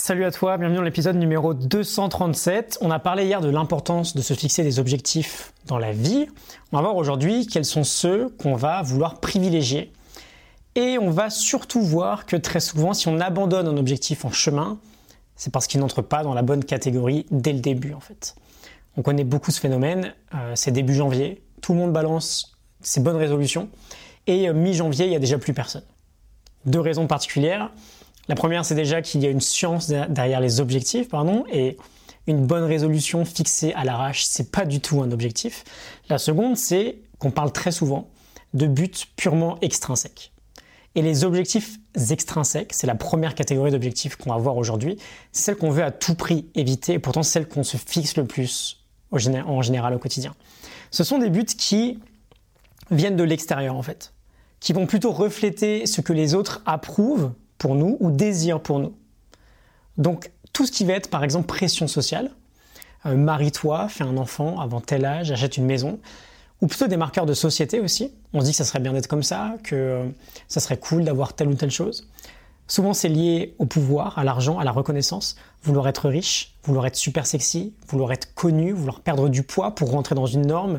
Salut à toi, bienvenue dans l'épisode numéro 237. On a parlé hier de l'importance de se fixer des objectifs dans la vie. On va voir aujourd'hui quels sont ceux qu'on va vouloir privilégier. Et on va surtout voir que très souvent, si on abandonne un objectif en chemin, c'est parce qu'il n'entre pas dans la bonne catégorie dès le début en fait. On connaît beaucoup ce phénomène, c'est début janvier, tout le monde balance ses bonnes résolutions et mi-janvier, il n'y a déjà plus personne. Deux raisons particulières. La première, c'est déjà qu'il y a une science derrière les objectifs, et une bonne résolution fixée à l'arrache, c'est pas du tout un objectif. La seconde, c'est qu'on parle très souvent de buts purement extrinsèques. Et les objectifs extrinsèques, c'est la première catégorie d'objectifs qu'on va voir aujourd'hui. C'est celle qu'on veut à tout prix éviter et pourtant celle qu'on se fixe le plus en général au quotidien. Ce sont des buts qui viennent de l'extérieur en fait, qui vont plutôt refléter ce que les autres approuvent pour nous ou désirent pour nous. Donc tout ce qui va être par exemple pression sociale, marie-toi, fais un enfant avant tel âge, achète une maison, ou plutôt des marqueurs de société aussi. On se dit que ça serait bien d'être comme ça, que ça serait cool d'avoir telle ou telle chose. Souvent c'est lié au pouvoir, à l'argent, à la reconnaissance, vouloir être riche, vouloir être super sexy, vouloir être connu, vouloir perdre du poids pour rentrer dans une norme,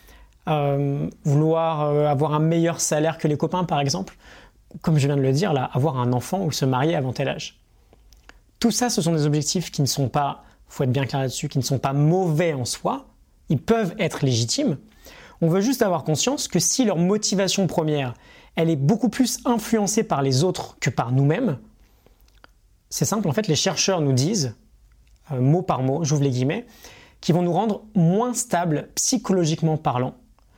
vouloir avoir un meilleur salaire que les copains par exemple, comme je viens de le dire, là, avoir un enfant ou se marier avant tel âge. Tout ça, ce sont des objectifs qui ne sont pas, il faut être bien clair là-dessus, qui ne sont pas mauvais en soi, ils peuvent être légitimes. On veut juste avoir conscience que si leur motivation première, elle est beaucoup plus influencée par les autres que par nous-mêmes, c'est simple, en fait, les chercheurs nous disent, mot par mot, j'ouvre les guillemets, qu'ils vont nous rendre moins stables psychologiquement parlant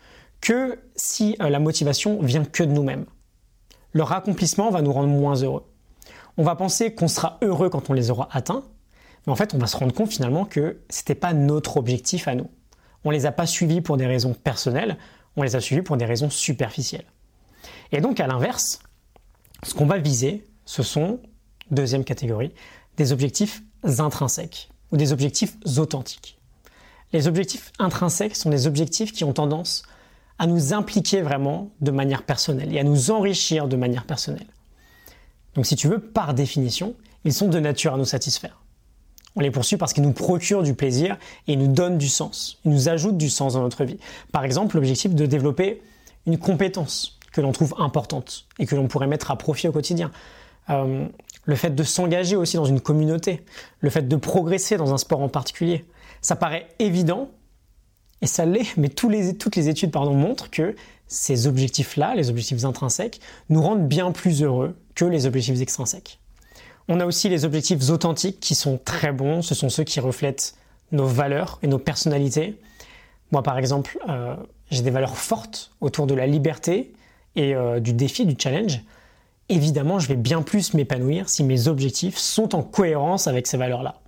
que si la motivation vient que de nous-mêmes. Leur accomplissement va nous rendre moins heureux. On va penser qu'on sera heureux quand on les aura atteints, mais en fait, on va se rendre compte finalement que ce n'était pas notre objectif à nous. On ne les a pas suivis pour des raisons personnelles, on les a suivis pour des raisons superficielles. Et donc, à l'inverse, ce qu'on va viser, ce sont, deuxième catégorie, des objectifs intrinsèques ou des objectifs authentiques. Les objectifs intrinsèques sont des objectifs qui ont tendance à nous impliquer vraiment de manière personnelle et à nous enrichir de manière personnelle. Donc si tu veux, par définition, ils sont de nature à nous satisfaire. On les poursuit parce qu'ils nous procurent du plaisir et ils nous donnent du sens. Ils nous ajoutent du sens dans notre vie. Par exemple, l'objectif de développer une compétence que l'on trouve importante et que l'on pourrait mettre à profit au quotidien. Le fait de s'engager aussi dans une communauté. Le fait de progresser dans un sport en particulier. Ça paraît évident, et ça l'est, mais toutes les études montrent que ces objectifs-là, les objectifs intrinsèques, nous rendent bien plus heureux que les objectifs extrinsèques. On a aussi les objectifs authentiques qui sont très bons, ce sont ceux qui reflètent nos valeurs et nos personnalités. Moi par exemple, j'ai des valeurs fortes autour de la liberté et du défi, du challenge. Évidemment, je vais bien plus m'épanouir si mes objectifs sont en cohérence avec ces valeurs-là.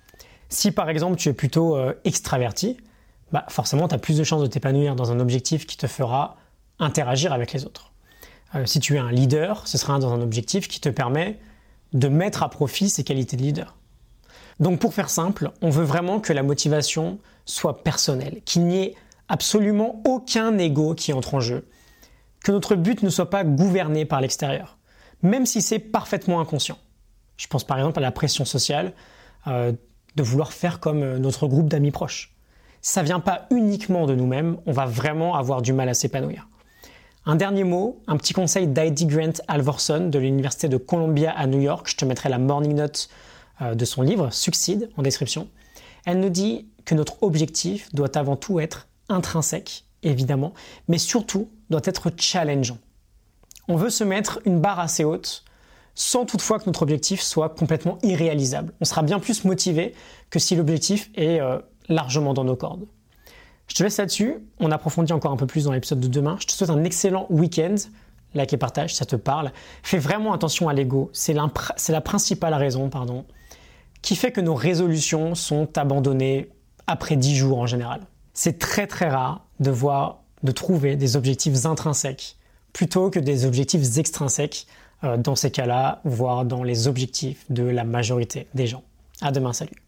Si par exemple tu es plutôt extraverti, forcément, tu as plus de chances de t'épanouir dans un objectif qui te fera interagir avec les autres. Si tu es un leader, ce sera dans un objectif qui te permet de mettre à profit ces qualités de leader. Donc pour faire simple, on veut vraiment que la motivation soit personnelle, qu'il n'y ait absolument aucun ego qui entre en jeu, que notre but ne soit pas gouverné par l'extérieur, même si c'est parfaitement inconscient. Je pense par exemple à la pression sociale, de vouloir faire comme notre groupe d'amis proches. Si ça ne vient pas uniquement de nous-mêmes, on va vraiment avoir du mal à s'épanouir. Un dernier mot, un petit conseil d'Heidi Grant Alvorson de l'Université de Columbia à New York. Je te mettrai la morning note de son livre « Succeed » en description. Elle nous dit que notre objectif doit avant tout être intrinsèque, évidemment, mais surtout doit être challengeant. On veut se mettre une barre assez haute, sans toutefois que notre objectif soit complètement irréalisable. On sera bien plus motivé que si l'objectif est largement dans nos cordes. Je te laisse là-dessus, on approfondit encore un peu plus dans l'épisode de demain. Je te souhaite un excellent week-end, like et partage si ça te parle. Fais vraiment attention à l'ego, c'est la principale raison qui fait que nos résolutions sont abandonnées après 10 jours en général. C'est très très rare de trouver des objectifs intrinsèques plutôt que des objectifs extrinsèques dans ces cas-là, voire dans les objectifs de la majorité des gens. À demain, salut.